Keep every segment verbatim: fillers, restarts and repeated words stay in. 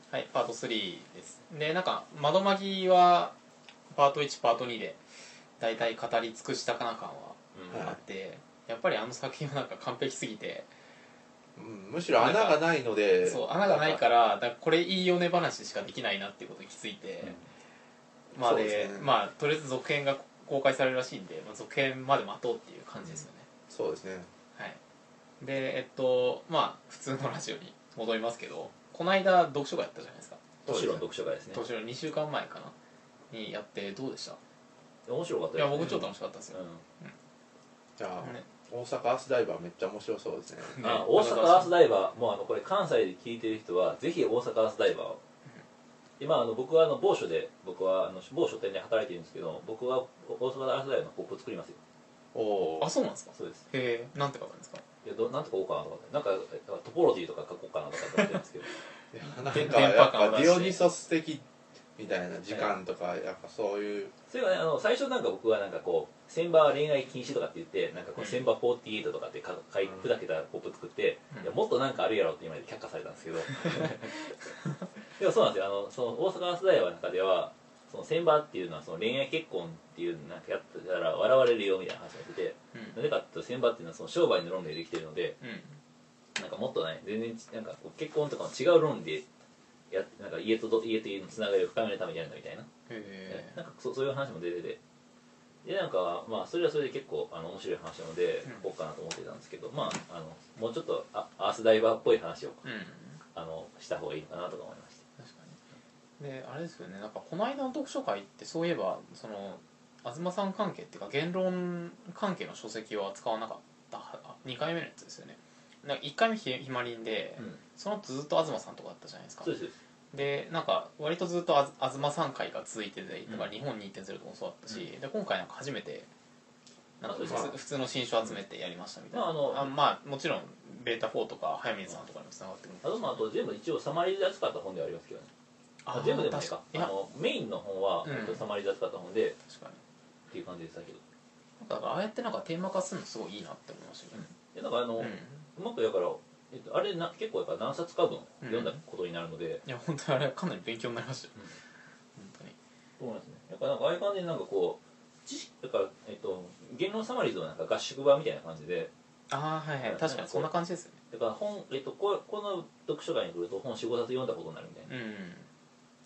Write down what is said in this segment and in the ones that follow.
はい、パートスリーです。で、なんか窓マギはパートいちパートにでだいたい語り尽くしたかな感はあって、うん、やっぱりあの作品はなんか完璧すぎて、 うん、むしろ穴がないので、 そう穴がないからだからこれいいよね話しかできないなっていうことに気づいて、うん、まあ で, で、ね、まあとりあえず続編が公開されるらしいんで、まあ、続編まで待とうっていう感じですよね、 うん、そうですね。 はい。でえっとまあ普通のラジオに戻りますけど、この間読書会やったじゃないですか。 年の読書会ですね。 年のにしゅうかんまえかなにやって、どうでした？ 面白かったですね。 いや僕超楽しかったですよ、うんうん、 じゃあ、ね、大阪アースダイバーめっちゃ面白そうですね。ね、 あ大阪アースダイバーもうあのこれ関西で聞いてる人はぜひ大阪アースダイバーを、うん、今あの僕はあの某所で僕はあの某書店で働いてるんですけど、僕は大阪アースダイバーのポップ作りますよ。 おあ、そうなんですか。 そうです。 へえ、なんて書くんですか。 いやどなんとか書こうかなとかなんかトポロジーとか書こうかなとかって思ってるんですけどいやなんかやっぱディオニソス的みたいな時間とか、やっぱそういうそれはね、あの最初なんか僕はなんかこう千葉恋愛禁止とかって言ってなんかこう千葉フォーティーエイトとかってかかい砕けたポップ作って、うん、いやもっとなんかあるやろって今まで却下されたんですけどでもそうなんですよ。あのその大阪アースダイバーの中ではその千葉っていうのはその恋愛結婚っていうなんかやったら笑われるよみたいな話をしてて、な、うん、ぜかっていうと千葉っていうのはその商売の論理でできてるので、うん、なんかもっとね全然なんかこう結婚とかの違う論理でやなんか家と家と家のつながりを深めるためにやるんだみたいな、へなんか そ, そういう話も出てて、でなんかまあそれはそれで結構あの面白い話なので書こうかなと思ってたんですけど、うん、まああのもうちょっとあアースダイバーっぽい話を、うん、あのした方がいいのかなとか思いました。 確かに。であれですよね、なんかこの間の読書会ってそういえばその東さん関係っていうか言論関係の書籍を扱わなかったにかいめのやつですよね。なんかいっかいめひまりんで、うん、その後ずっと東さんとかだったじゃないですか。 そうです。 でなんか割とずっとあ東さん会が続いてて、だから日本 にてんゼロ とかもそうだったし、うん、で今回なんか初めてなんか普通、まあ、普通の新書集めてやりましたみたいな、まああのあまあ、もちろんベータフォーとか早水さんとかにもつながってくるんですけど、 あと全部一応サマリーで扱った本ではありますけどね。あ全部でもないか。あのメインの本は、うん、サマリーで扱った本で確かにっていう感じでしたけど、 だからああやってなんかテーマ化するのすごいいいなって思いましたよね。 うん、だからあの、うん、うまくだからえっと、あれな結構やっぱ何冊か分読んだことになるので、 うん、いや本当にあれかなり勉強になりましたよ、うん、本当にそうなんですね。やっぱなんかああいう感じでなんかこう知識だから、えっと、言論サマリーズのなんか合宿版みたいな感じで、 ああはいはい、確かにそんな感じですよね。 だから本、えっと、こ, この読書会に来ると本 よん,ご 冊読んだことになるみたいな、うん、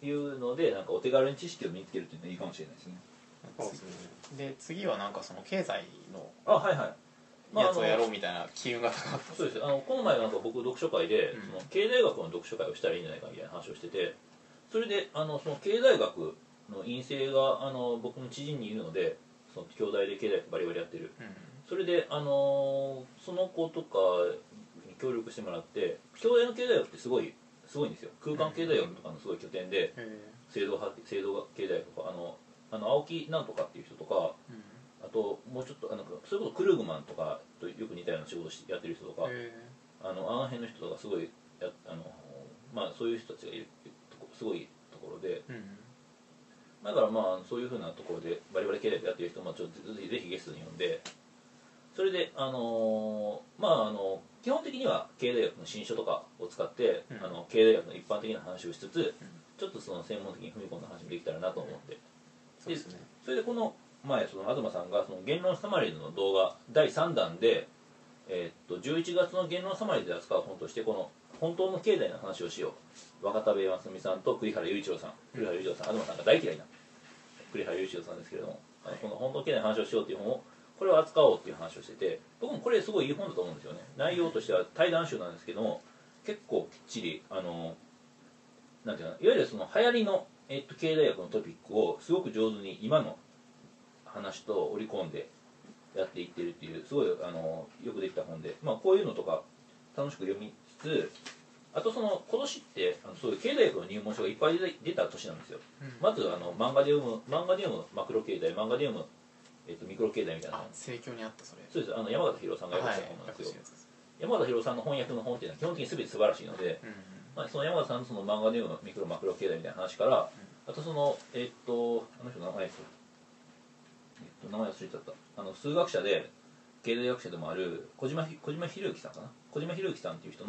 いうのでなんかお手軽に知識を身につけるっていうのはいいかもしれないですね。 そうですね。で次はなんかその経済のあはいはいやつをやろうみたいな機運が高かった。 そうです。あのこの前なんか僕読書会で、うん、その経済学の読書会をしたらいいんじゃないかみたいな話をしてて、それであのその経済学の院生があの僕の知人にいるので、その兄弟で経済学バリバリやってる、うん、それであのその子とかに協力してもらって、兄弟の経済学ってすごいすごいんですよ。空間経済学とかのすごい拠点で、うん、制度派制度経済学とかあのあの青木なんとかっていう人とか、うん、あともうちょっとあのそれこそクルーグマンとかとよく似たような仕事やってる人とか、あのあの辺の人とかすごいやあの、まあ、そういう人たちがいるすごいところで、うん、だからまあそういうふうなところでバリバリ経済やってる人もちょっとぜひゲストに呼んで、それであのまああの基本的には経済学の新書とかを使って、うん、あの経済学の一般的な話をしつつ、うん、ちょっとその専門的に踏み込んだ話もできたらなと思って、うん、そうですね。それでこの前その東さんがその言論サマリーズの動画だいさんだんで、えー、っとじゅういちがつの言論サマリーズで扱う本としてこの本当の経済の話をしよう、若田部真澄さんと栗原雄一郎さん栗原雄一郎さん東さんが大嫌いな栗原雄一郎さんですけれども、はい、この本当の経済の話をしようという本をこれを扱おうっていう話をしてて、僕もこれすごいいい本だと思うんですよね。内容としては対談集なんですけども結構きっちりあのなんていうかないわゆるその流行りの、えー、っと経済学のトピックをすごく上手に今の話と織り込んでやっていってるっていうすごいあのよくできた本で、まあ、こういうのとか楽しく読みつつ、あとその今年ってあのそういう経済学の入門書がいっぱい出た年なんですよ、うん、まずあの漫画で読む漫画で読むマクロ経済漫画で読む、えっと、ミクロ経済みたいな本、 盛況にあったそれ。 そうです。あの山形博さんが訳した本なんですよ、はい、山形博さんの翻訳の本っていうのは基本的に全て素晴らしいので、うんうん、まあ、その山形さんのその漫画で読むミクロマクロ経済みたいな話から、うん、あとそのえっとあの人の名前ですよえっと、名前忘れちゃった。あの数学者で経済学者でもある小島小島博之さんかな小島博之さんっていう人の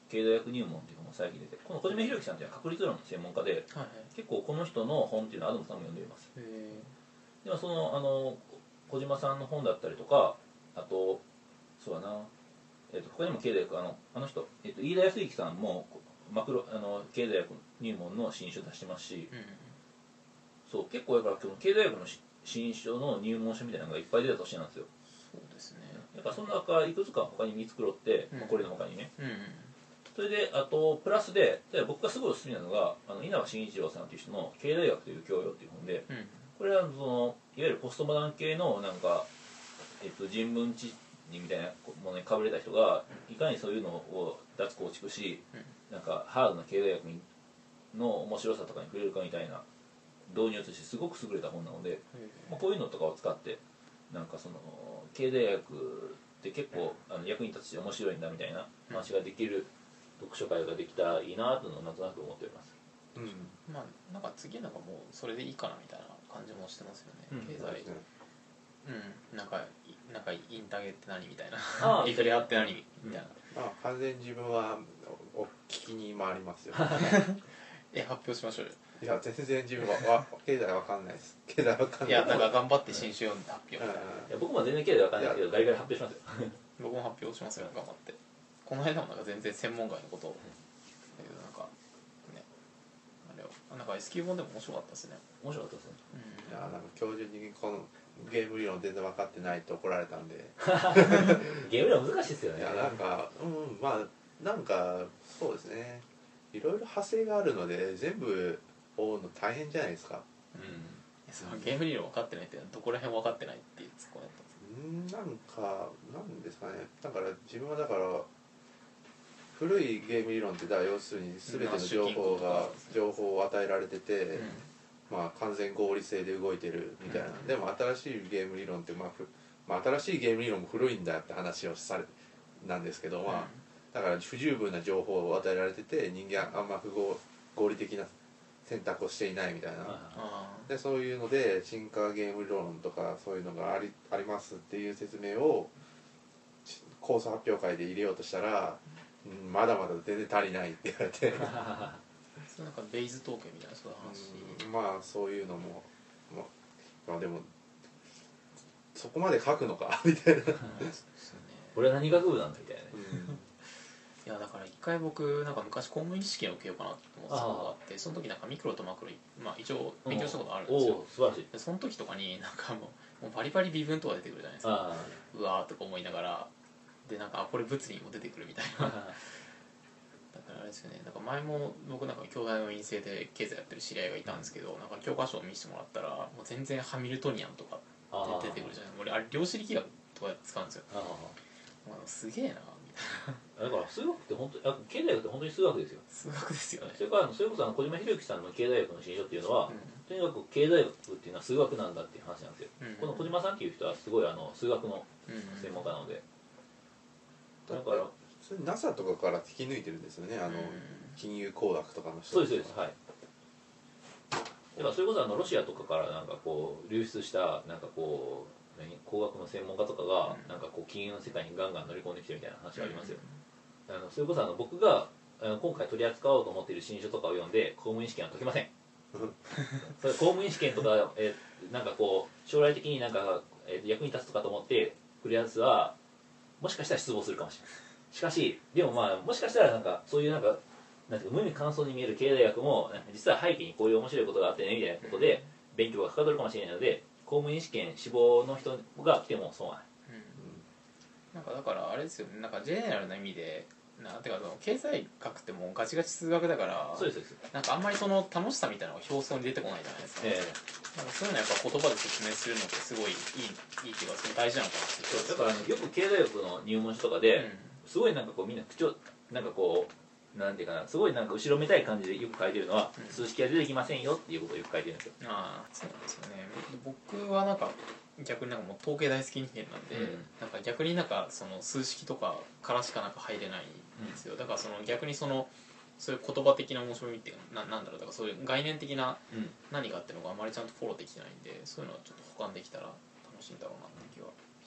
経済学入門っていう本も最近出て、この小島博之さんっていうのは確率論の専門家で、 はいはい、 結構この人の本っていうのは東さんも読んでいます。 へではそのあの小島さんの本だったりとか、あとそうだな、えー、と他にも経済学あのあの人、えー、と飯田康之さんもマクロあの経済学入門の新書出してますし、 うん、 そう結構だから経済学の新書の入門書みたいなのがいっぱい出た年なんですよ。 そうですね。 だからその中いくつか他に見繕って、 うんまあ、これの他にね、 うんうん、 それであとプラスでで僕がすごいおすすめなのがあの稲葉慎一郎さんという人の「経済学という教養」っていう本で、 うん、 これはそのいわゆるポストモダン系のなんか、えっと、人文知みたいなものにかぶれた人がいかにそういうのを脱構築し、 うん、 なんかハードな経済学の面白さとかに触れるかみたいな導入としてすごく優れた本なので、まあ、こういうのとかを使ってなんかその経済学って結構あの役に立つし面白いんだみたいな話ができる読書会ができたらいいなというのをなんとなく思っております。 うん、まあなんか次なんかもうそれでいいかなみたいな感じもしてますよね、うん、経済、うん、なんかなんかインタゲって何みたいなインフレアって何みたいな、 まあ完全に自分はお聞きに回りますよえ発表しましょうよ。 いや全然自分はわ経済わかんないです。経済わかんない。 いやなんか頑張って新種読んで発表みたいな。いや僕も全然経済わかんないですけどガリガリ発表しますよ僕も発表しますよ頑張って。この間もなんか全然専門外のことをだけどなんかねあれをなんか エスキュー 本でも面白かったですね。 面白かったですね、 うん、いやなんか教授にこのゲーム理論全然分かってないって怒られたんでゲーム理論難しいですよね。 いやなんかうんまあなんかそうですねいろいろ派生があるので全部追うの大変じゃないですか。 うん、そのゲーム理論分かってないってどこら辺分かってないっていうツッコミだったんですうんなんかなんですかねだから自分はだから古いゲーム理論ってだから要するに全ての情報が情報を与えられてて、うんまあ、完全合理性で動いてるみたいな、うん、でも新しいゲーム理論って、まあふまあ、新しいゲーム理論も古いんだって話をされなんですけど、まあ、だから不十分な情報を与えられてて人間あんま不合合理的な選択をしていないみたいな、でそういうので進化ゲーム理論とかそういうのがあり、ありますっていう説明をコース発表会で入れようとしたら、うん、まだまだ全然足りないって言われてそれなんかベイズ統計みたいなそういう話、 うん、まあそういうのも、まあ、まあでもそこまで書くのかみたいなこれは何学部なんだみたいな、 うん、いやだから一回僕なんか昔公務員試験を受けようかなと思ってたのがあってその時なんかミクロとマクロ、まあ、一応勉強したことあるんですよ。 素晴らしい。 でその時とかになんかもう、もうバリバリ微分とか出てくるじゃないですか。うわーとか思いながらでなんかあこれ物理も出てくるみたいなだからあれですよねなんか前も僕なんか兄弟の陰性で経済やってる知り合いがいたんですけどなんか教科書を見せてもらったらもう全然ハミルトニアンとかって出てくるじゃないですか。俺あれ量子力学とか使うんですよ。あすげえなみたいな。 だから数学って本当にあ経済学って本当に数学ですよ。 数学ですよね。 それからそれこそあの小島博之さんの経済学の新書っていうのは、うん、とにかく経済学っていうのは数学なんだっていう話なんですよ、うん、この小島さんっていう人はすごいあの数学の専門家なので、 うん、だからそれ ナサ とかから引き抜いてるんですよねあの、うん、金融工学とかの人。 そうですそうですはい。だからそれこそあのロシアとかからなんかこう流出したなんかこう工学の専門家とかがなんかこう金融の世界にガンガン乗り込んできてるみたいな話がありますよ、うん、あのそれこそあの僕があの今回取り扱おうと思っている新書とかを読んで公務員試験は解けませんそれ公務員試験とか、えなんかこう将来的になんか、え役に立つとかと思ってくるやつはもしかしたら失望するかもしれない。しかしでもまあもしかしたらなんかそういうなんかなんていうか無味乾燥に見える経済学も実は背景にこういう面白いことがあってねみたいなことで勉強がはかどるかもしれないので公務員試験志望の人が来てもそうはない、うん、 なんかだからあれですよねなんかジェネラルな意味でなんていうか経済学ってもうガチガチ数学だからそうですそうですなんかあんまりその楽しさみたいなのが表層に出てこないじゃないですか、えー、なんかそういうのやっぱ言葉で説明するのってすごいいいいいっていうかすごい大事なのかなってそうだから、ね、よく経済学の入門書とかで、うん、すごいなんかこうみんな口をなんかこうなんていうかなすごいなんか後ろめたい感じでよく書いてるのは、うん、数式は出てきませんよっていうことをよく書いてるんですよ。 ああそうなんですよね。僕はなんか逆になんかもう統計大好き人間なんで、うん、なんか逆になんかその数式とかからしかなんか入れないんですよ、うん、だからその逆にそのそういう言葉的な面白みってななんだろうだからそういう概念的な何かっていうのがあまりちゃんとフォローできてないんでそういうのはちょっと補完できたら楽しいんだろうなって気はしてます。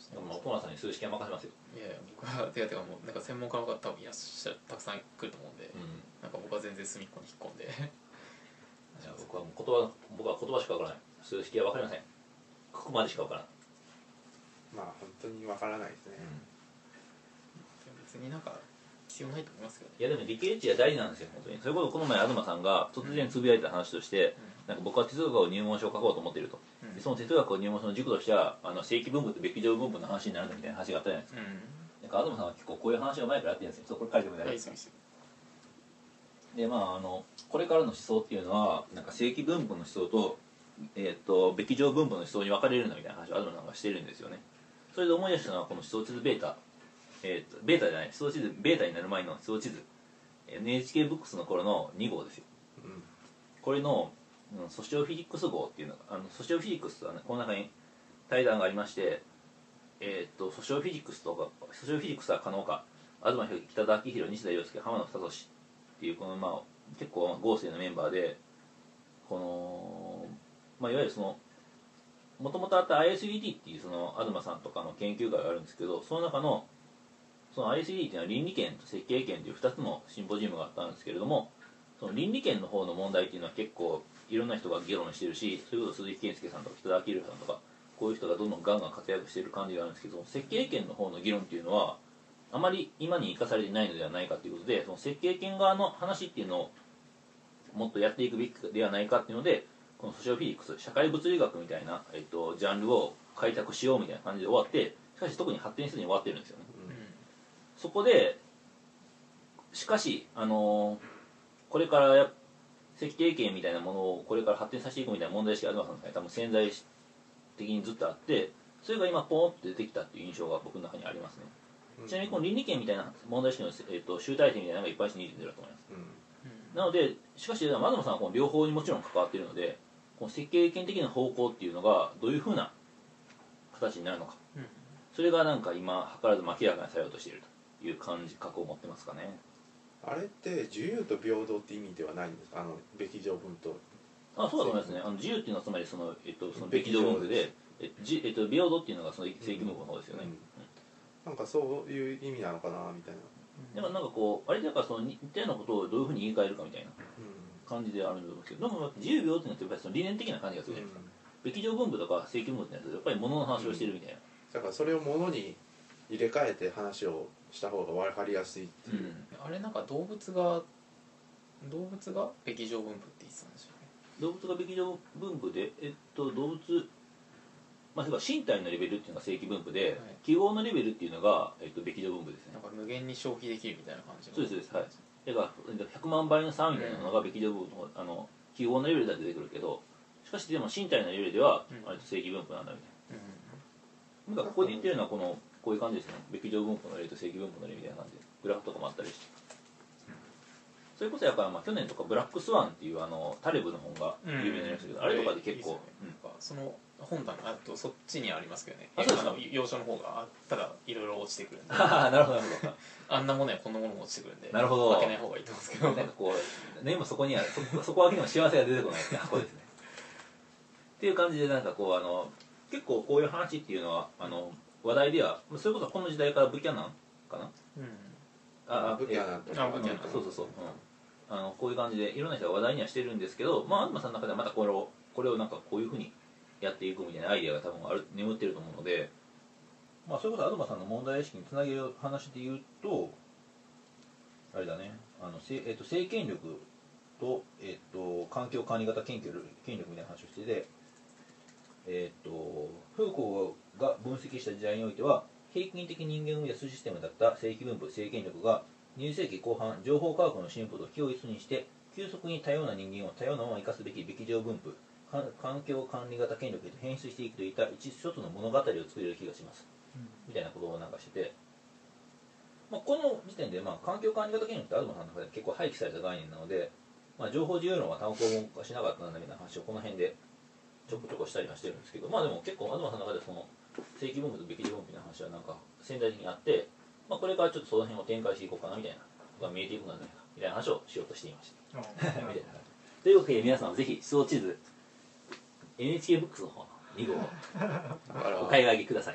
トマさんに数式は任せますよ。 いやいや僕はてかてかもうなんか専門家の方多分いらっしゃるたくさん来ると思うんで、 うん、 なんか僕は全然隅っこに引っ込んでいや僕はもう言葉僕は言葉しか分からない。数式は分かりません。ここまでしか分からない。 まあ本当にわからないですね、 うん、別になんか必要ないと思いますけどね。 いやでも理系値は大事なんですよ本当に。それこそこの前東さんが突然つぶやいた話として、うん、なんか僕は哲学を入門書を書こうと思っていると、うん、でその哲学を入門書の軸としてはあの正規分布とべき上分布の話になるんだみたいな話があったじゃないですか、うん、なんか東さんは結構こういう話を前からやってるんですよ。ちょっとこれ書いてもらえますか。でまああのこれからの思想っていうのはなんか正規分布の思想とえー、とべき上分布の思想に分かれるんだみたいな話を東さんがしてるんですよね。それで思い出したのはこの思想地図ベータ、えー、とベータじゃない思想地図ベータになる前の思想地図 エヌエイチケー ブックスの頃のに号ですよ、うん、これの、うん、ソシオフィジックス号っていうのがあのソシオフィジックスとは、ね、この中に対談がありまして、えー、とソシオフィジックスとかソシオフィジックスは可能か東博樹北田明宏西田洋介浜野二俊っていうこの、まあ、結構豪勢なメンバーでこの、まあ、いわゆるそのもともとあった アイエスイーディー っていうその東さんとかの研究会があるんですけど、その中のその アイエスイーディー っていうのは倫理権と設計権というふたつのシンポジウムがあったんですけれども、その倫理権の方の問題っていうのは結構いろんな人が議論してるし、それこそ鈴木健介さんとか北田明宏さんとかこういう人がどんどんガンガン活躍している感じがあるんですけど、設計権の方の議論っていうのはあまり今に生かされていないのではないかということで、その設計権側の話っていうのをもっとやっていくべきではないかっていうので、このソシオフィジックス社会物理学みたいな、えっと、ジャンルを開拓しようみたいな感じで終わって、しかし特に発展せずに終わってるんですよね、うん、そこでしかし、あのー、これから設計権みたいなものをこれから発展させていくみたいな問題意識が東さんの中に多分潜在的にずっとあって、それが今ポーンと出てきたっていう印象が僕の中にありますね、うん、ちなみにこの倫理権みたいな問題意識の、えっと、集大成みたいなのがいっぱいに出てると思います、うん、なのでしかし東さんはこの両方にもちろん関わっているので、この設計権的な方向っていうのがどういうふうな形になるのか、うん、それがなんか今図らずも明らかにされようとしているという感じ覚を持ってますかね。 あれって自由と平等って意味ではないんですか、あのべき上分と。 あ、そうだと思いますね。あの自由っていうのはつまりその、えっと、そのべき上分布で、えじえっと、平等っていうのがその正規分布の方ですよね、うんうん、 なんかそういう意味なのかなみたいな。 だからなんかこうあれだからその似たようなことをどういうふうに言い換えるかみたいな感じであるんだと思うんですけど、でも自由平等っていうのはやっぱりその理念的な感じがするじゃないですか、べき上分布とか正規分布ってやつはやっぱり物の話をしてるみたいな、 だからそれを物に入れ替えて話をした方が分かりやすいっていう、うん、 あれなんか動物が動物がべき上分布って言ってたんですよね。 動物がべき上分布で、えっと動物、まあ、身体のレベルっていうのが正規分布で、はい、記号のレベルっていうのが、えっと、べき上分布ですね。 なんか無限に消費できるみたいな感じの。 そうですそうです、はい。だからひゃくまん倍の差みたいなのがべき上分布の、あの記号のレベルでは出てくるけど、しかしでも身体のレベルでは、うん、あれと正規分布なんだみたいな、うん、なんかここで言ってるのはこのこういう感じですね。べき上分布の例と正規分布の例みたいな感じでグラフとかもあったりして、それこそやっぱまあ去年とかブラックスワンっていうあのタレブの本が有名になりましたけど、うん、あれとかで結構、 うん、いいその本棚あとそっちにありますけどね。あ、そうですか。要所の方があったらいろいろ落ちてくるんで。 ああ、なるほどなるほど。 あんなものやこんなものも落ちてくるんで。 なるほど。 開けない方がいいと思うんですけど。 なんかこうね、もそこにはそそこを開けても幸せが出てこないって箱ですね。っていう感じでなんかこうあの結構こういう話っていうのはあの話題ではそれこそこの時代からブキャナンかな。うん。 ああブキャナンとか。 あブキャナン。 そうそうそう。うん。あのこういう感じでいろんな人が話題にはしてるんですけど、まあ東さんの中ではまたこれをこれをなんかこういうふうにやっていくみたいなアイデアが多分ある眠ってると思うので、まあそれこそ東さんの問題意識につなげる話で言うとあれだね、あのせ、えっと、政権力と、えっと、環境管理型権力権力みたいな話をしてて、えっと、フーコーが分析した時代においては平均的人間を生み出すシステムだった正規分布政権力がにじゅっ世紀後半情報科学の進歩と気を一にして急速に多様な人間を多様なまま生かすべきべき上分布環境管理型権力へと変質していくといった一つの物語を作れる気がします、うん、みたいなことをなんかしてて、まあ、この時点でまあ環境管理型権力って東さんの中で結構廃棄された概念なので、まあ、情報自由論は単行本化しなかったんだみたいな話をこの辺でちょこちょこしたりはしてるんですけど、まあでも結構東さんの中でその正規分布とべき上分布の話はなんか潜在的にあって、まあ、これからちょっとその辺を展開していこうかなみたいなことが見えていくのではないかみたいな話をしようとしていましたみたいな。というわけで皆さんぜひ思想地図エヌエイチケー ブックスの方のに号をお買い上げください。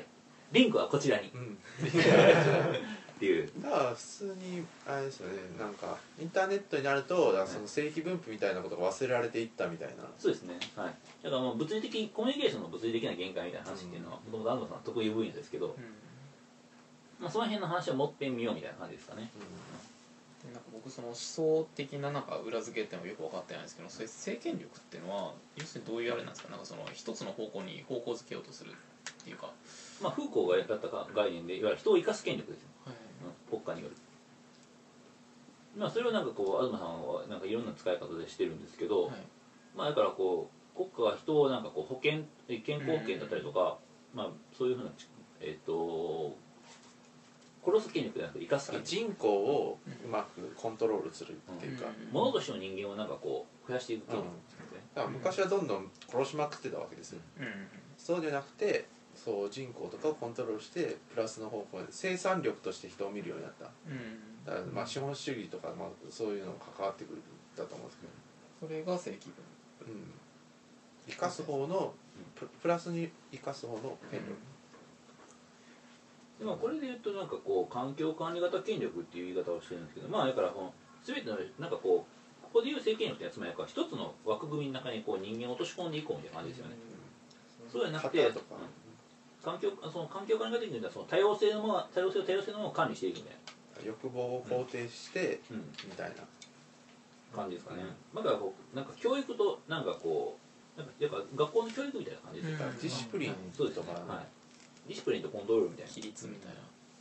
リンクはこちらに、 うん、 っていうだから普通にあれですよね、なんかインターネットになるとだからその正規分布みたいなことが忘れられていったみたいな、 そうですね、はい、だからもう物理的コミュニケーションの物理的な限界みたいな話っていうのはもともと安藤さん得意分野ですけど、 うんまあ、その辺の話をもっぺん見ようみたいな感じですかね、 でなんか僕その思想的ななんか裏付けっていうのもよく分かってないんですけど、それ政権力っていうのは要するにどういうあれなんですか。なんかその一つの方向に方向づけようとするっていうか、 まあ、フーコーがやった概念でいわゆる人を生かす権力ですよ、 はいうん、国家による、まあ、それをなんかこう東さんはなんかいろんな使い方でしてるんですけど、 はい、 まあだからこう国家が人をなんかこう保険健康保険だったりとか、まあそういうふうなえっ、と殺す権力じゃなくて生かす権力、 人口をうまくコントロールするっていうか、 うん物としての人間をなんかこう増やしていく権力ですね、 だから昔はどんどん殺しまくってたわけですよ、 うんそうじゃなくてそう人口とかをコントロールしてプラスの方向で生産力として人を見るようになった。 うんだからまあ資本主義とかまあそういうのも関わってくるんだと思うんですけど、 それが正規分うん、生かす方のププラスに生かす方の権力、 でまあこれで言うとなんかこう環境管理型権力っていう言い方をしてるんですけど、まあだからこの全てのなんかこうここでいう政権力ってやつもやから一つの枠組みの中にこう人間を落とし込んでいこうみたいな感じですよね、そうじゃなくて、 型とか、 うん環境その環境管理型権力はその多様性のもの多様性を多様性のものを管理していくみたい欲望を肯定して、 な、うん、 みたいな感じですかね、だからこうなんか教育となんかこうなんかやっぱ学校の教育みたいな感じですよ、 うんディシプリンそうですね、 とか、 はい、ディシプリンとコントロールみたいな比率みたいな、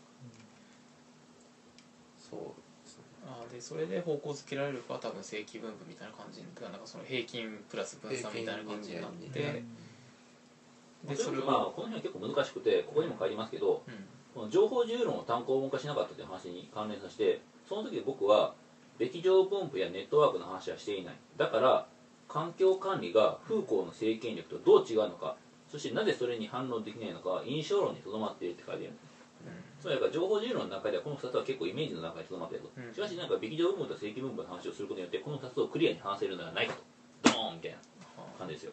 そうですね。 あーでそれで方向づけられるかは多分正規分布みたいな感じで、なんかその平均プラス分散みたいな感じになって平均でそれを、 まあこの辺は結構難しくてここにも書いてますけど、 うんこの情報自由論を単行本化しなかったという話に関連させて、その時僕はべき情分布やネットワークの話はしていない、だから環境管理がフーコーの政権力とどう違うのか、そしてなぜそれに反論できないのかは印象論にとどまっているって書いてある。つまり情報自由論の中ではこのふたつは結構イメージの中にとどまっていると、 うんしかしなんかべき情分布と正規分布の話をすることによってこのふたつをクリアに話せるのではないかと、ドーンみたいな感じですよ。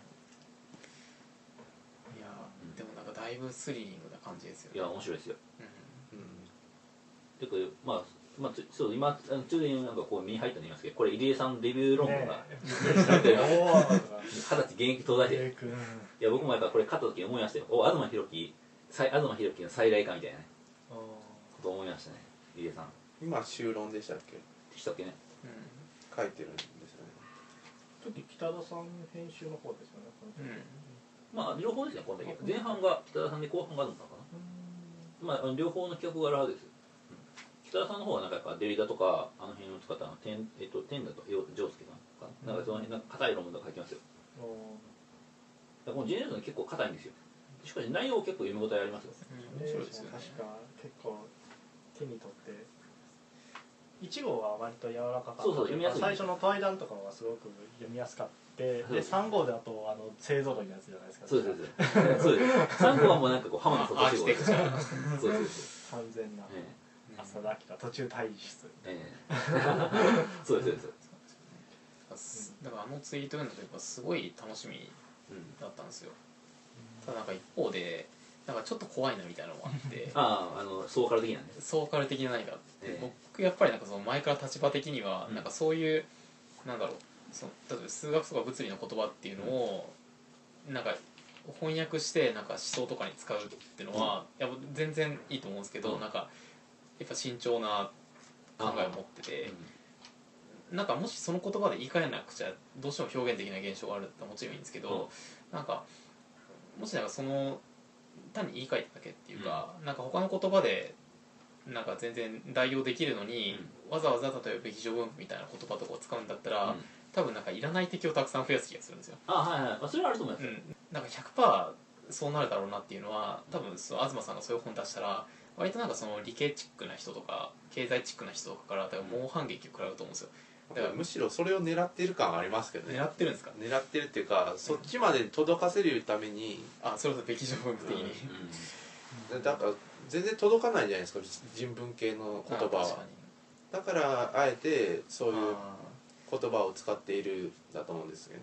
いやーでもなんかだいぶスリリングな感じですよね。 いや面白いですよ。 うんうん、 ていうかまあまあ、つそう今あの中でなんかこう身に入ったの言いますけど、これ入江さんのデビュー論文が二十歳現役東大生、いや僕もやっぱこれ買った時に思いましたよ、お東博樹東博樹の再来かみたいなねこと思いましたね、入江さん今修論でしたっけ、 でしたっけね。 書いてるんですよね。 時北田さん編集の方ですよね、 うんまあ両方ですね、この時前半が北田さんで後半が東さんかな、まああの両方の企画柄です。北田さんの方はなんかやっぱデリダとかあの辺を使ったの天、えっと、天だとジョースケかな、なんかその辺なんか硬い論文とか書きますよ。だからこのジェネレーション結構硬いんですよ。しかし内容結構読み応えありますよ。 面白いですよね。 確か結構手に取っていち号は割と柔らかかった。 そうそう読みやすい。 最初の対談とかはすごく読みやすかった。でさん号だとあの勢ぞろいのやつじゃないですか。 そうですそうです。さん号はもうなんかこう浜田聡志号。そうです。 完全な浅田明途中退出。 ええ。そうですそうです。だからあのツイート読んだ時はすごい楽しみだったんですよ。ただなんか一方でなんかちょっと怖いなみたいなのもあってあああのソーカル的なんです。 ソーカル的な何かって、僕やっぱりなんかその前から立場的にはなんかそういうなんだろう。その例えば数学とか物理の言葉っていうのをなんか翻訳してなんか思想とかに使うっていうのは、うん、いや全然いいと思うんですけど、うん、なんかやっぱ慎重な考えを持ってて、うん、なんかもしその言葉で言い換えなくちゃどうしても表現できない現象があるってもちろんいいんですけど、うん、なんかもしなんかその単に言い換えただけっていうか、うん、なんか他の言葉でなんか全然代用できるのに、うん、わざわざ例えばべき情分布みたいな言葉とかを使うんだったら、うん多分なんかいらない敵をたくさん増やす気がするんですよ。 あはいはい、それはあると思います、うん、 なんか ひゃくパーセント そうなるだろうなっていうのは多分その東さんがそういう本出したら割となんかその理系チックな人とか経済チックな人とかから多分猛反撃を食らうと思うんですよ。 だからむしろそれを狙っている感はありますけどね。 狙ってるんですか。 狙ってるっていうか、そっちまで届かせるために、 あそれこそべき情分布的に、 うん、だから全然届かないじゃないですか人文系の言葉は。だからあえてそういう言葉を使っているだと思うんですよね。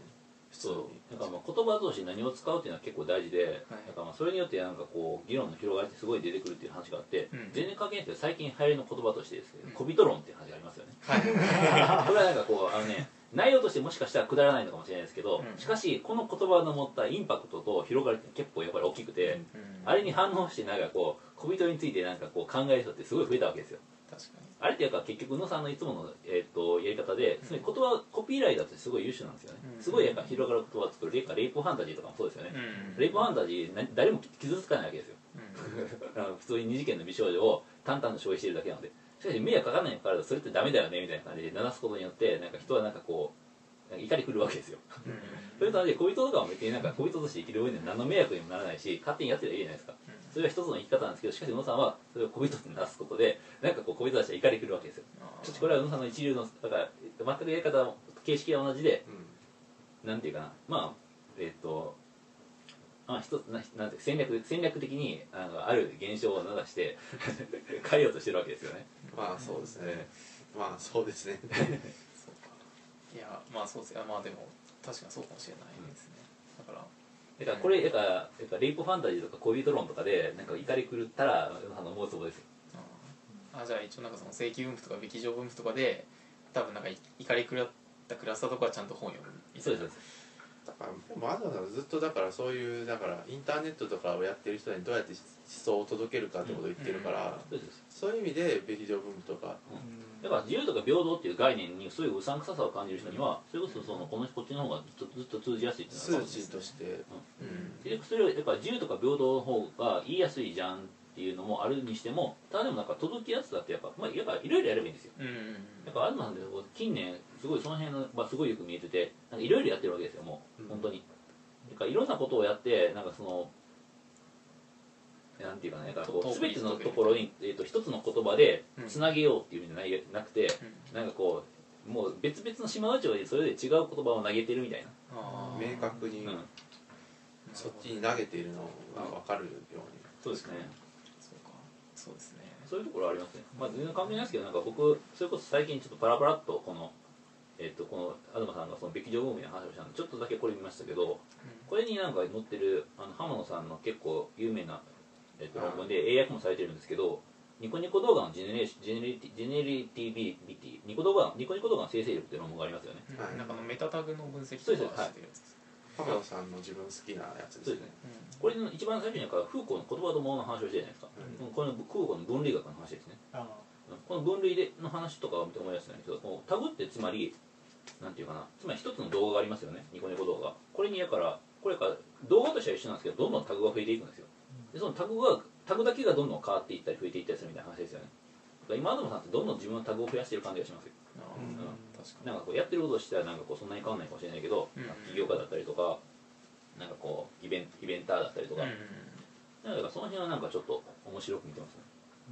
そうなんかまあ言葉同士何を使うっていうのは結構大事で、 はいなんかまあそれによってなんかこう議論の広がりってすごい出てくるっていう話があって、 うん全然関係ないですけど最近流行りの言葉としてですね、 うん小人論っていう話がありますよね。 はいこれはなんかこうあのね内容としてもしかしたらくだらないのかもしれないですけど、 うんしかしこの言葉の持ったインパクトと広がりって結構やっぱり大きくて、 うんあれに反応してなんかこう小人についてなんかこう考える人ってすごい増えたわけですよ。 確かにあれっていうか結局宇野さんのいつもの、えー、とやり方で、つまり言葉コピーライターとしてすごい優秀なんですよね、 うんすごいやっぱ広がる言葉を作るレイレイプファンタジーとかもそうですよね、 うんレイプファンタジーな誰も傷つかないわけですようんあの普通に二次元の美少女を淡々と消費しているだけなので、しかし迷惑かかんないにもかかわらずそれってダメだよねみたいな感じで流すことによってなんか人はなんかこう怒り来るわけですようんそれと同じで小人とかも別になんか小人として生きる上で何の迷惑にもならないし勝手にやってりゃいいじゃないですか。それは一つの生き方なんですけど、しかし宇野さんはそれを小人となすことでなんかこう小人たちは怒り来るわけですよ。 あーしかしこれは宇野さんの一流のだから全くやり方形式は同じで、 うんなんていうかなまあえっ、とまあ一つななんていう戦略戦略的にあのある現象を流して変えようとしてるわけですよね。 まあそうですね、まあそうですねそうかいやまあそうですよまあでも確かにそうかもしれないですね、だからだからこれだからだからレイプファンタジーとか恋人論とかでなんか怒り狂ったら宇野さんの思うつぼですよ。 あじゃあ一応なんかその正規分布とかべき乗分布とかで多分なんか怒り狂ったクラスターとかはちゃんと本読むみたそういなですそうですだからでも東さんずっとだからそういうだからインターネットとかをやってる人にどうやって思想を届けるかってことを言ってるから、 そうですそういう意味でべき乗分布とかだから自由とか平等っていう概念にそういううさんくささを感じる人にはそれこそそのこのこっちの方がずっとずっと通じやすいっていうの数があるんです値として、 うんでそれをやっぱ自由とか平等の方が言いやすいじゃんっていうのもあるにしてもただでもなんか届きやすさってやっぱまあやっぱいろいろやればいいんですよ。 うんうんやっぱ東さんって近年すごいその辺のまあすごいよく見えててなんかいろいろやってるわけですよもう、 うん本当に。だからいろんなことをやってなんかそのなんていうかね、だからこう全てのところに、えー、と一つの言葉でつなげようっていうんじゃないなくて、なんかこうもう別々の島内でそれで違う言葉を投げてるみたいな、 あー明確にうん、 そっちに投げているのが分かるように、 そうですねそうかそうですねそういうところありますね。まあ全然関係ないですけどなんか僕それこそ最近ちょっとパラパラっとこのえっ、とこの東さんがそのべき乗分布の話をしたのでちょっとだけこれ見ましたけど、これになんか載ってるあの浜野さんの結構有名な、えっと論文で英訳もされてるんですけど、ニコニコ動画のジェネレーシジェネレティジェネレティビリティニコ動画ニコニコ動画の生成力っていう論文がありますよね。 うんはいなんかあのメタタグの分析とかしてるやつです浜田さんの自分好きなやつですね。 これの一番最初にはフーコーの言葉と物の話をしてるじゃないですか、 うんこのフーコーの分類学の話ですね。 あこの分類での話とかを見て思い出したんですけど、このタグってつまりなんていうかな、つまり一つの動画がありますよね、ニコニコ動画。これにやからこれから動画としては一緒なんですけどどんどんタグが増えていくんですよ。でそのタグがタグだけがどんどん変わっていったり増えていったりするみたいな話ですよね。だから今東さんってどんどん自分のタグを増やしてる感じがしますよ。 あーうん確かなんかこうやってることとしてはなんかこうそんなに変わんないかもしれないけど、 うん起業家だったりとかなんかこうイベンイベンターだったりとか、 にだからその辺はなんかちょっと面白く見てますね。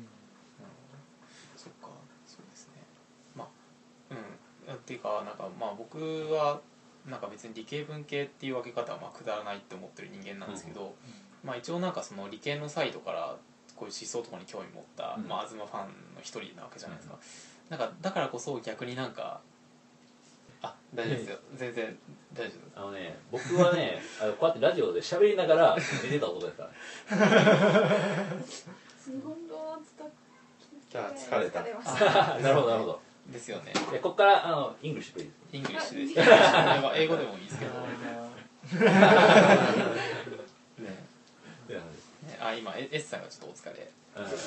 そっかそうですねまあうんっていうかなんかまあ僕はなんか別に理系文系っていう分け方はまあくだらないって思ってる人間なんですけど、まあ一応なんかその理系のサイドからこういう思想とかに興味持った、 うんまあ、東ファンの一人なわけじゃないですか、なんかだからこそ逆になんかあ大丈夫ですよ全然大丈夫ですあのね僕はねあのこうやってラジオで喋りながら寝てた男ですから日本語を伝じゃあ疲れた疲れましたなるほどなるほど。 ですよねでここからあのイングリッシュプリーズ。 イングリッシュです英語英語でもいいですけどねねあ今エ S さんがちょっとお疲れ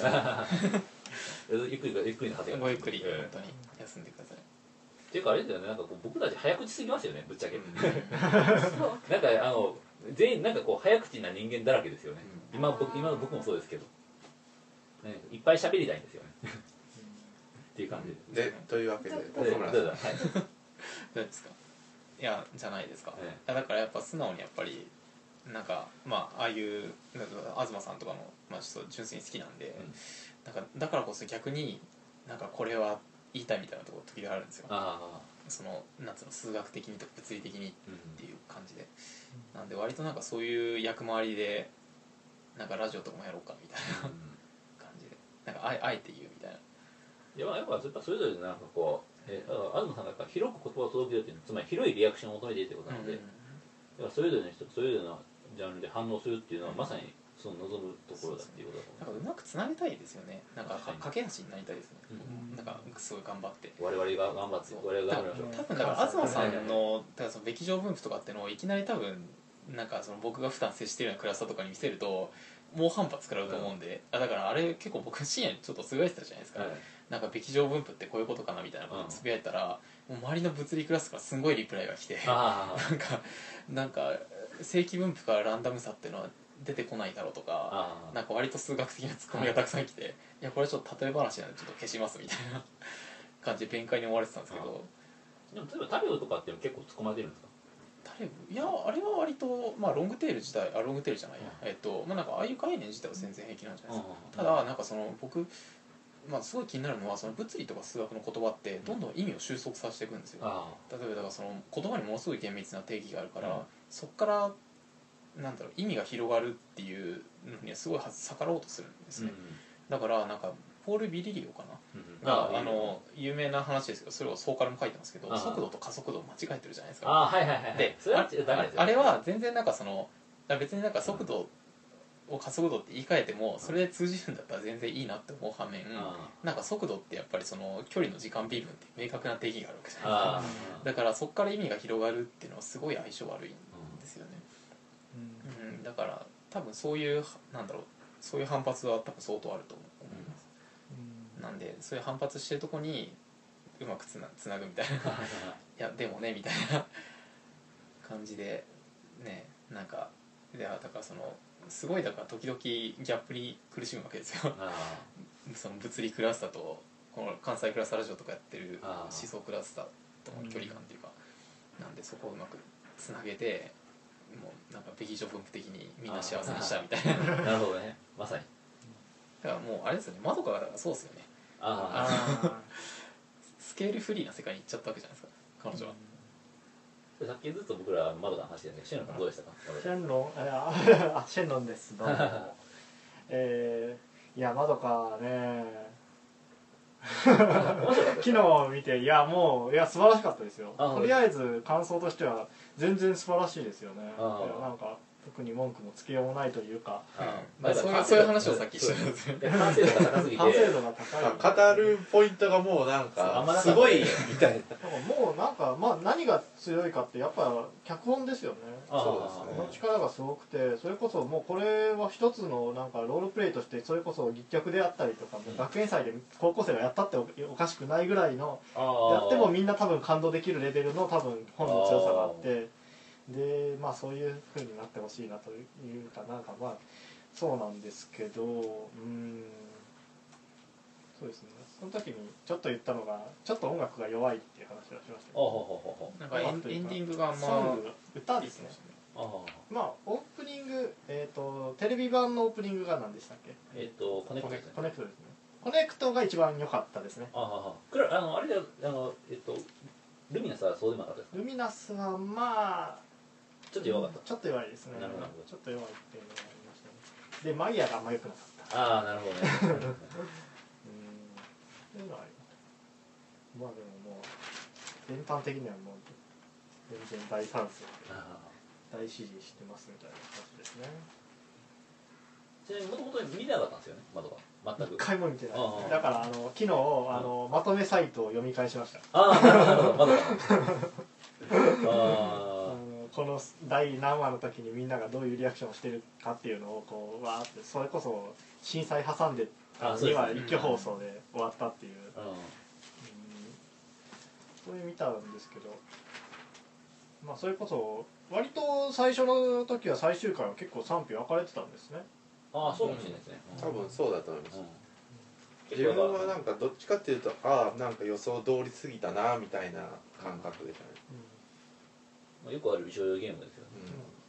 ゆっくりゆっくりの果てがごゆっくりうん本当に休んでくださいっていうかあれですよね、なんかこう僕たち早口すぎますよね、ぶっちゃけ。 そうなんかあの全員なんかこう早口な人間だらけですよね。今僕今の僕もそうですけど、ね、いっぱい喋りたいんですよね。っていう感じで。 でというわけでどで岡村さんどうぞはい。 どうですかいやじゃないですか、 ええいやだからやっぱ素直にやっぱりなんかまあああいうなんか東さんとかの、まあ、ちょっと純粋に好きなんで、なんかだからこそ逆になんかこれは言いたいみたいなところ時々あるんですよ。 あそのなんつうの数学的にとか物理的にっあ、うんていう感じで、なんで割となんかそういう役回りでなんかラジオとかもやろうかみたいな感じでなんかあえあえて言うみたいな。 いやまあやっぱやっぱそれぞれなんかこう、えー、だから東さんがやっぱ広く言葉を届けるっていうのはつまり広いリアクションを求めているってことなので、 だからそれぞれの人それぞれのジャンルで反応するっていうのはまさにその望むところだっていうことだと思う。 なんかうまくつなげたいですよね。なんか確かに架け橋になりたいですね、 うんなんかすごい頑張って我々が頑張って我々が頑張りましょう。 多分だから東さんのだからそのべき上分布とかってのをいきなり多分なんかその僕が普段接してるようなクラスターとかに見せると猛反発食らうと思うんで、うん、あだからあれ結構僕深夜にちょっとつぶやいてたじゃないですか、はい、なんかべき上分布ってこういうことかなみたいなことをつぶやいたら、うん、もう周りの物理クラスからすんごいリプライが来てなんかなんか正規分布からランダム差っていうのは出てこないだろうとかなんか割と数学的なツッコミがたくさん来ていやこれちょっと例え話なんでちょっと消しますみたいな感じで弁解に追われてたんですけど、 でも例えばタレオとかって結構突っ込まれてるんですか？ タレブいやあれは割と、まあ、ロングテール自体あロングテールじゃないや、うん、えっとまあなんかああいう概念自体は全然平気なんじゃないですか、うん、ただなんかその僕まあすごい気になるのはその物理とか数学の言葉ってどんどん意味を収束させていくんですよ、うん、例えばだからその言葉にものすごい厳密な定義があるから、うん、そこからなんだろう意味が広がるっていうのにはすごい逆らおうとするんですね、うん、だからなんかポール・ビリリオかな、うん、が あ, あの有名な話ですけどそれを総からも書いてますけど速度と加速度を間違えてるじゃないですか。 あ、はいはいはい、 でそれはあ, あれは全然なんかその別になんか速度を加速度って言い換えてもそれで通じるんだったら全然いいなって思う反面、なんか速度ってやっぱりその距離の時間微分って明確な定義があるわけじゃないですか。だからそこから意味が広がるっていうのはすごい相性悪いんですよね、うんうん、だから多分そういうなんだろうそういう反発は多分相当あると思います、うん、なんでそういう反発してるとこにうまくつ な, つなぐみたいないやでもねみたいな感じでねなんかいやだからそのすごいだから時々ギャップに苦しむわけですよその物理クラスターとこの関西クラスターラジオとかやってる思想クラスターとの距離感っていうか、うん、なんでそこをうまくつなげてもうなんかべき上分布的にみんな幸せにしたみたいななるほどねまさにだからもうあれですよね窓かがだからそうですよねああスケールフリーな世界に行っちゃったわけじゃないですか彼女は、 うん、さっきずっと僕ら窓から話してたんですけどシェンロンどうでしたか？ シェンロンあシェンロンですどうもえー、いや窓かね昨日見ていやもういや素晴らしかったですよ。とりあえず感想としては全然素晴らしいですよね。いやなんか特に文句もつけようもないというか、 うんまあ、そういうそういう話をさっきしてたんですよ。 完成度が高すぎて完成度が高い。 語るポイントがもうなんかすごいみたいな。 もうなんかまあ何が強いかってやっぱ脚本ですよね。 そうですね。 この力がすごくて、それこそもうこれは一つのなんかロールプレイとしてそれこそ立脚であったりとか、もう学園祭で高校生がやったっておかしくないぐらいの、やってもみんな多分感動できるレベルの多分本の強さがあって。でまあそういう風になってほしいなというかなんかまあそうなんですけど、うんそうですね。その時にちょっと言ったのがちょっと音楽が弱いっていう話をしましたけど、なんかエンディングがまあソング歌ですね。あまあオープニングえっ、ー、とテレビ版のオープニングが何でしたっけ？ えっ、ー、とコネクトですね。 コネクトですね。コネクトが一番良かったですね。 あああのあれであのえっ、ー、とルミナスはそうでもなかったですか？ ルミナスはまあちょっと弱かった。 ちょっと弱いですね。 なるほど。 ちょっと弱いっていうのがありましたね。でマイヤーがあんま良くなかった。 ああなるほどね。うん。 っていうのはあります。まあでももう全般的にはもう全然大賛成で大支持してますみたいな感じですね。 ちなみにもともと見てなかったんですよね窓が全く。 一回も見てないですね。だからあの昨日あのまとめサイトを読み返しました。 ああなるほど窓が。ああ。 この第何話の時にみんながどういうリアクションをしてるかっていうのをこうわーってそれこそ震災挟んでには一挙放送で終わったっていう、うんうん、それ見たんですけど、まあそれこそ割と最初の時は最終回は結構賛否分かれてたんですね。 ああそうかもしれないですね、 うん、多分そうだと思います、 うん、 自分はなんかどっちかっていうとああなんか予想通り過ぎたなみたいな感覚でしたね、 うんまあ、よくある美少女ゲームですよね、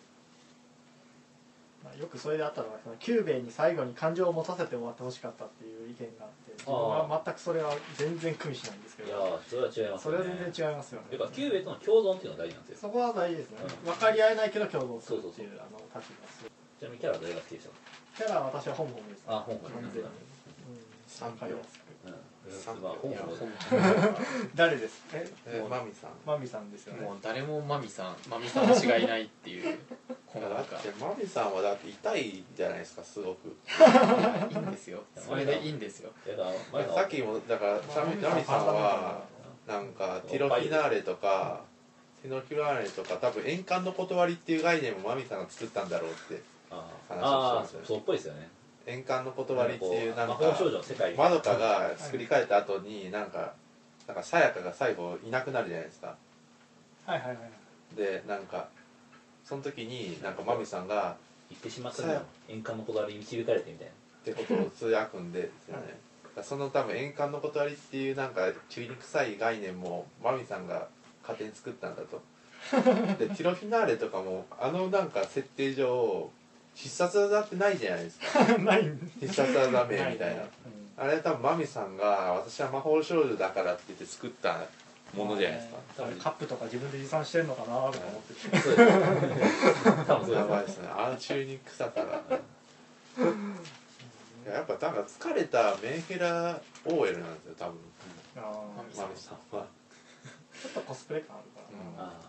うんまあ、よくそれであったのがそのキューベイに最後に感情を持たせて終わってほしかったっていう意見があって自分は全くそれは全然組みしないんですけど。 いやそれは違いますね。 それは全然違いますよね。 やっぱキューベイとの共存っていうのが大事なんですよ。 そこは大事ですね、うん、分かり合えないけど共存するっていうあの立場。 ちなみにキャラどれが好きでしたか？ キャラは私は本本です、ね、 あ本本完全に、うん、 さんわかり票やすくうんまあいや本も本誰ですええーマミさんマミさんですよねもう誰もマミさんマミさん推しがいないっていうこのだなんかってマミさんはだって痛いじゃないですかすごくいやいいんですよそれでいいんですよだから前のさっきもだからサミマミさんはなんかティロフィナーレとかティロフィナーレとか多分円環の断りっていう概念もマミさんが作ったんだろうってあ話をああしてますよねそうっぽいですよね円環の断りっていうなんか魔法少女の世界まどかが作り変えた後になんかなんかさやかが最後いなくなるじゃないですかはいはいはいでなんかその時になんかマミさんが言ってしまったのよ円環のこだわりに導かれてみたいなってことを通訳んでですよね、だからその多分円環の断りっていうなんか中に臭い概念もマミさんが勝手に作ったんだとでティロフィナーレとかもあのなんか設定上必殺技ってないじゃないですかない必殺技名みたいなうんあれ多分マミさんが私は魔法少女だからって言って作ったものじゃないですか多分カップとか自分で持参してるのかなとか思っててそうですね多分そうやばいでですねあの中に臭さがいややっぱなんか疲れたメンヘラ オーエル なんですよ多分あマミーマミさんはちょっとコスプレ感あるからな、 あ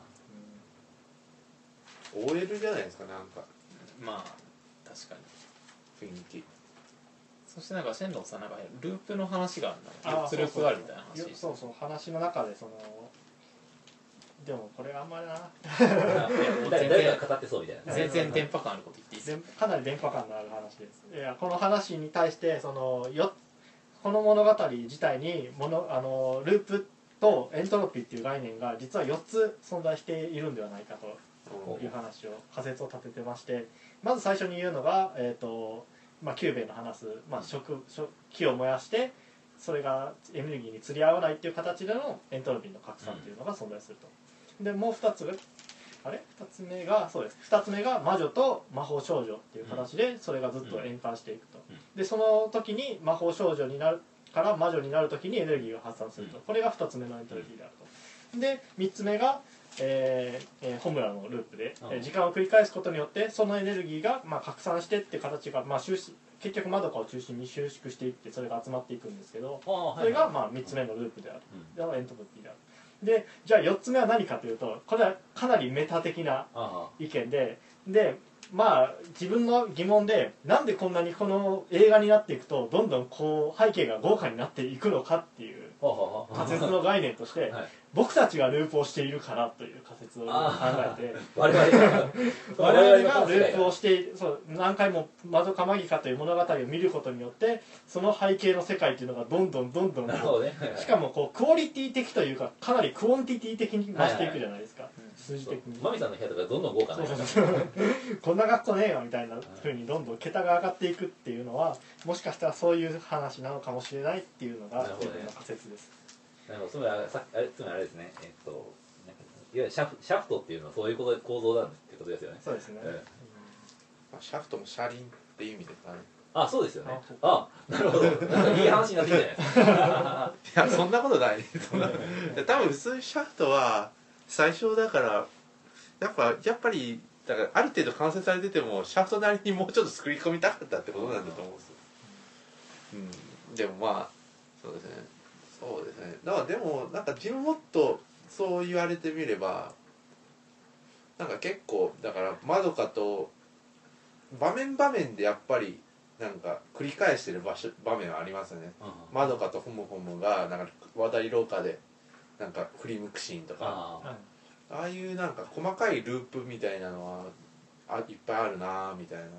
オーエル じゃないですかなんかまあ確かに雰囲気そしてなんかシェンロンさんなんかループの話があーよっつループがあるみたいな話そうそうそうそう話の中でそのでもこれあんまりなあ誰誰が語ってそうみたいな全然電波感あること言っていいですか電かなり電波感のある話ですいやこの話に対してそのよこの物語自体にものあのループとエントロピーっていう概念が実はよっつ存在しているんではないかという話を仮説を立ててましてまず最初に言うのが、えーとまあ、キューベイの話す、まあ、食食木を燃やしてそれがエネルギーに釣り合わないっていう形でのエントロピーの拡散っていうのが存在すると。でもうふたつあれふたつめがそうですふたつめが魔女と魔法少女っていう形でそれがずっと変換していくと。でその時に魔法少女になるから魔女になる時にエネルギーが発散すると、これがふたつめのエントロピーであると。でみっつめが、えーえー、ホムラのループで、えー時間を繰り返すことによってそのエネルギーが、まあ、拡散してって形が、まあ、収縮結局まどかを中心に収縮していってそれが集まっていくんですけどそれが、まあ、みっつめのループである、でエントロピーである。でじゃあよっつめは何かというとこれはかなりメタ的な意見ででまあ自分の疑問でなんでこんなにこの映画になっていくとどんどんこう背景が豪華になっていくのかっていう仮説の概念として、 はい僕たちがループをしているからという仮説を考えて我々が我々がループをしているそう何回も「まどかマギカ」という物語を見ることによってその背景の世界っていうのがどんどんどんどんなるほどねしかもこうクオリティ的というかかなりクオンティティ的に増していくじゃないですか、数字的にマミさんの部屋とかどんどん豪華なそうそうそうこんな学校ねえよみたいな風にどんどん桁が上がっていくっていうのはもしかしたらそういう話なのかもしれないっていうのが自分の仮説です。 なるほどつまりさあれつまりあれですねえっとなんかいわゆるシャフシャフトっていうのはそういうこと構造なんってことですよね。 そうですね、 うんまあ、シャフトも車輪っていう意味ですかねあそうですよねああなるほどなんかいい話になってきたじゃないですかいやそんなことないそんな多分普通にシャフトは最初だからやっぱやっぱりだからある程度完成されててもシャフトなりにもうちょっと作り込みたかったってことなんだと思うんですよ、うん、でもまあそうですねそうですねだからでもなんか自分もっとそう言われてみればなんか結構だからまどかと場面場面でやっぱりなんか繰り返してる場所場面はありますよね。まどかとホムホムがなんか渡り廊下でなんか振り向くシーンとかあああいうなんか細かいループみたいなのはあいっぱいあるなみたいな。うん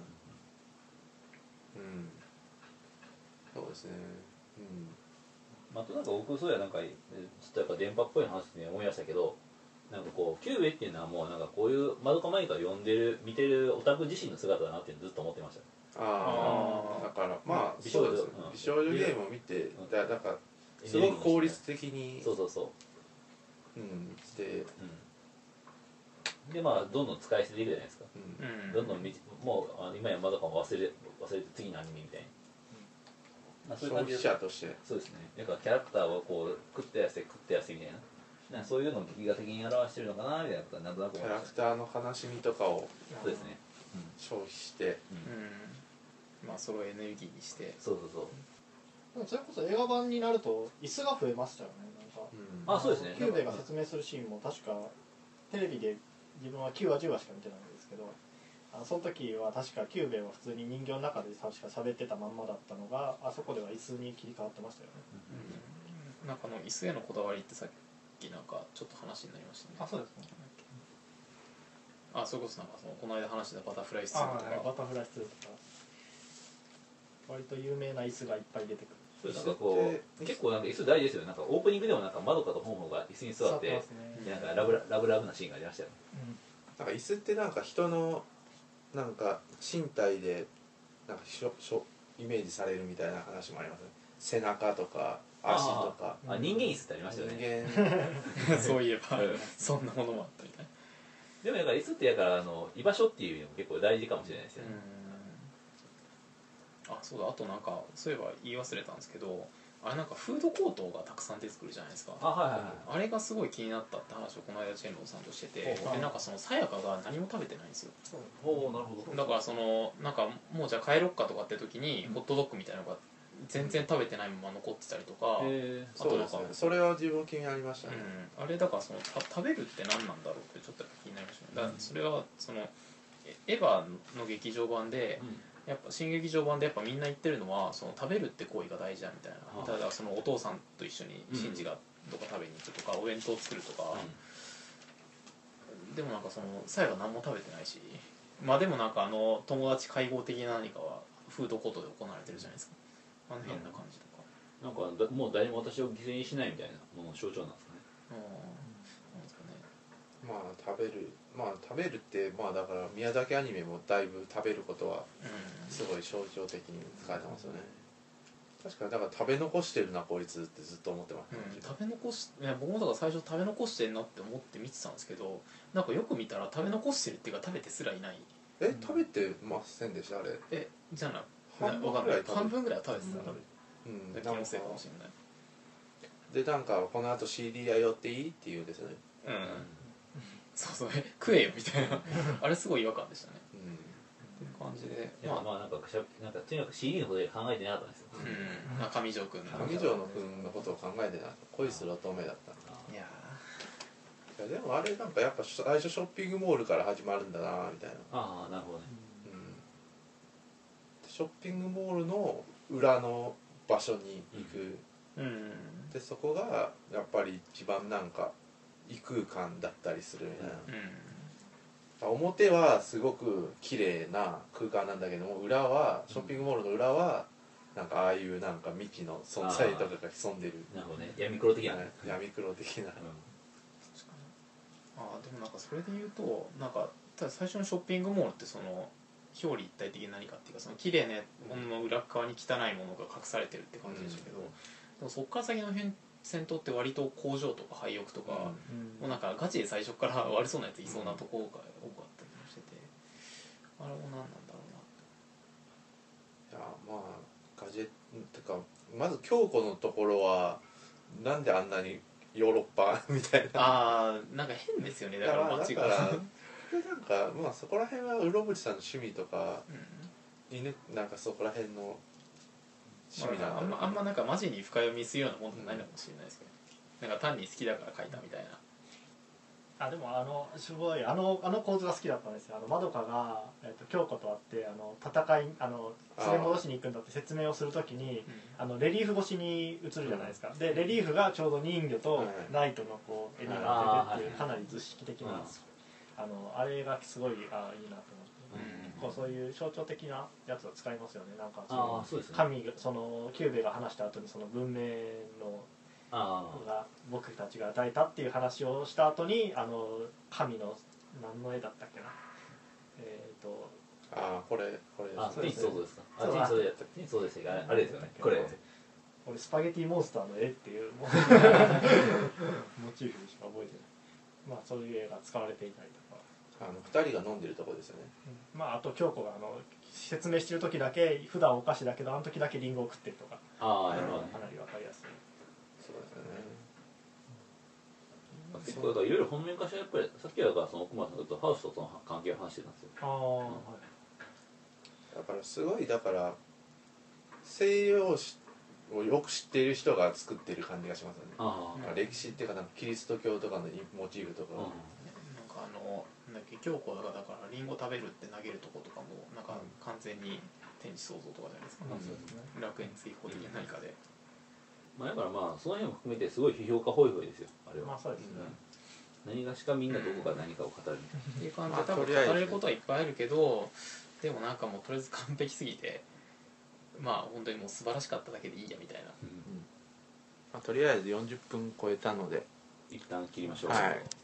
そうですね。うんまあ、となんか僕そうやなんかちょっとやっぱ電波っぽい話に思い出したけどなんかこうキューベっていうのはもうなんかこういうまどかマギカを読んでる見てるオタク自身の姿だなっていうのずっと思ってました。 ああだからまあ美少女そうですねうん美少女ゲームを見てうんだだからすごく効率的にそうそうそうんしてう、うん、でまあどんどん使い捨てていくじゃないですか、 うんうんどんどんみもうあの今やまどかも忘れ忘れて次のアニメみたいな、まあ、そういう消感じで費者としてそうですねなんかキャラクターをこう食ってやせ食ってやせみたいななんかそういうのを劇画的に表してるのかなみたいなことはなんとなくキ思いました。 ャラクターの悲しみとかをそうですね、 消費してうんまあそれをエネルギーにしてそうそうそうでもそれこそ映画版になると椅子が増えましたよね。なんかうんあそうですねキューベが説明するシーンも確かテレビで自分はきゅうわじゅうわしか見てないんですけど、あのその時は確かキューベは普通に人形の中で確か喋ってたまんまだったのが、あそこでは椅子に切り替わってましたよね。 うん、なんかあの椅子へのこだわりってさっきなんかちょっと話になりましたね。 あ、そうですね。 あ、それこそなんかそのこの間話したバタフライスツールとか、 あ、バタフライスツールとか割と有名な椅子がいっぱい出てくる。 なんかこう結構なんか椅子大事ですよね。なんかオープニングでもなんかまどかとホンホンが椅子に座ってますね。 でなんかラブララブラブなシーンがありましたよね。 なんか椅子ってなんか人のなんか身体でなんかしょしょイメージされるみたいな話もありますね。背中とか足とかあ人間椅子ってありましたよね。 人間そういえばうんそんなものもあったみたいな。 でもやっぱ椅子ってやからあの居場所っていうのも結構大事かもしれないですよね。 あ、そうだ、あとなんかそういえば言い忘れたんですけど、あれなんかフードコートがたくさん出てくるじゃないですか。 あはいはいはい。 あれがすごい気になったって話をこの間チェンロンさんとしてて、 ほうほうでなんかそのさやかが何も食べてないんですよ。 おおなるほど。 だからそのなんかもうじゃあ帰ろっかとかって時にホットドッグみたいなのが全然食べてないまま残ってたりとか、 へあとなんかそうですね。それは自分気になりましたね。 うん、あれだからそのた食べるって何なんだろうってちょっと気になりましたね。だからそれはそのえエヴァの劇場版でやっぱ新劇場版でやっぱみんな言ってるのはその食べるって行為が大事だみたいな。 はあただそのお父さんと一緒にシンジがどこか食べに行くとか、お弁当を作るとか、でもなんかそのさやが何も食べてないし、まあでもなんかあの友達会合的な何かはフードコートで行われてるじゃないですか。あの変な感じとか。 なんかだもう誰も私を犠牲にしないみたいなものの象徴なんですかね。 うん、なんですかね。 まあ食べるまあ食べるってまあだから宮崎アニメもだいぶ食べることはうんすごい象徴的に使われてますよね。確かにだから食べ残してるなこいつってずっと思ってます、 うん、食べ残し、ね、僕もだから最初食べ残してんなって思って見てたんですけど、なんかよく見たら食べ残してるっていうか食べてすらいない。 え食べてませんでしたあれ。 えじゃない半分わかんないぐらい食べ半分ぐらいは食べてた、 うん気のせいかもしれない。 でなんかこの後 シーディー 屋寄っていいって言うんですよね。 うん、そうそうえ食えよみたいなあれすごい違和感でしたね。 うんっていう感じで、 いやまあ、 まあなんかしゃなんかとにかく シーディー のことで考えてなかったんですよ。 うん、中上条君の上条の君のことを考えてなかった恋する乙女だったんだ。 いやいやでもあれなんかやっぱ最初ショッピングモールから始まるんだなみたいな、 ああなるほどね。 うん、ショッピングモールの裏の場所に行く、 ーうんでそこがやっぱり一番なんか異空間だったりするみたいな、 うん表はすごく綺麗な空間なんだけども裏はショッピングモールの裏はなんかああいうなんか未知の存在とかが潜んでるなるほどね。闇黒的な。 はい闇黒的な、 確かに。あーでもなんかそれで言うとなんかただ最初のショッピングモールってその表裏一体的に何かっていうかその綺麗なものの裏側に汚いものが隠されてるって感じでしたけど、 うんでもそっから先の変戦闘って割と工場とか廃屋とか、もうなんかガチで最初から悪そうなやついそうなところが多かったりもしてて、あれも何なんだろいやまあガジェてかまず京子のところはなんであんなにヨーロッパみたいな。 うな。ああなんか変ですよね。だからまあ街がだからでなんかまあそこら辺はうろぶちさんの趣味とかうん犬なんかそこら辺の趣味なんだろうまああんまあんまなんかマジに深読みするようなものじゃないのかもしれないですけど、なんか単に好きだから書いたみたいな。 あでもあのすごいあのあの構図が好きだったんですよ。あのまどかが、えっと京子と会ってあの戦いあの連れ戻しに行くんだって説明をするときにあのレリーフ越しに映るじゃないですか、でレリーフがちょうど人魚とナイトのこう絵になってるっていうかなり図式的な、あのあれがすごいあいいなと思って、 うんこうそういう象徴的なやつを使いますよね。なんかそあのあそうですね。 神がそのキューベが話した後にその文明のあが僕たちが与えたっていう話をした後にあの神の何の絵だったっけなえっ、ー、とああこれこれですああそうですテニスそうですか。あそうテニスそうでやった。テニスそうですがあれですよね。これ。 俺スパゲティモンスターの絵っていうモチーフしか覚えてない。まあそういう絵が使われていたりとか、 あのふたりが飲んでるとこですよね。 まああと京子があの説明してる時だけ普段お菓子だけどあの時だけリンゴを食ってるとか、 ああなるほどね。 かなりわかりやすい。 そうですよね。 結構だからいろいろ本面化してやっぱりさっきはだからその奥村さんとハウスとその関係を話してたんですよ。 ああ、はいだからすごいだから西洋史をよく知っている人が作ってる感じがしますよね。 あまあ歴史っていうかなんかキリスト教とかのモチーフとか、 あ、 なんかあのなんだっけ京子がだからリンゴ食べるって投げるとことかもなんか完全に天地創造とかじゃないですか、 まあそうですね。 楽園追放的な何かで、 まあだからまあその辺も含めてすごい批評家ホイホイですよあれは、 まあそうですね。 何がしかみんなどこか何かを語るみたいっていう感じまあで多分とりあえず語れることはいっぱいあるけど、でもなんかもうとりあえず完璧すぎてまあ本当にもう素晴らしかっただけでいいやみたいな。 な、 まあ、とりあえずよんじゅっぷん超えたので、 一旦切りましょう、 はい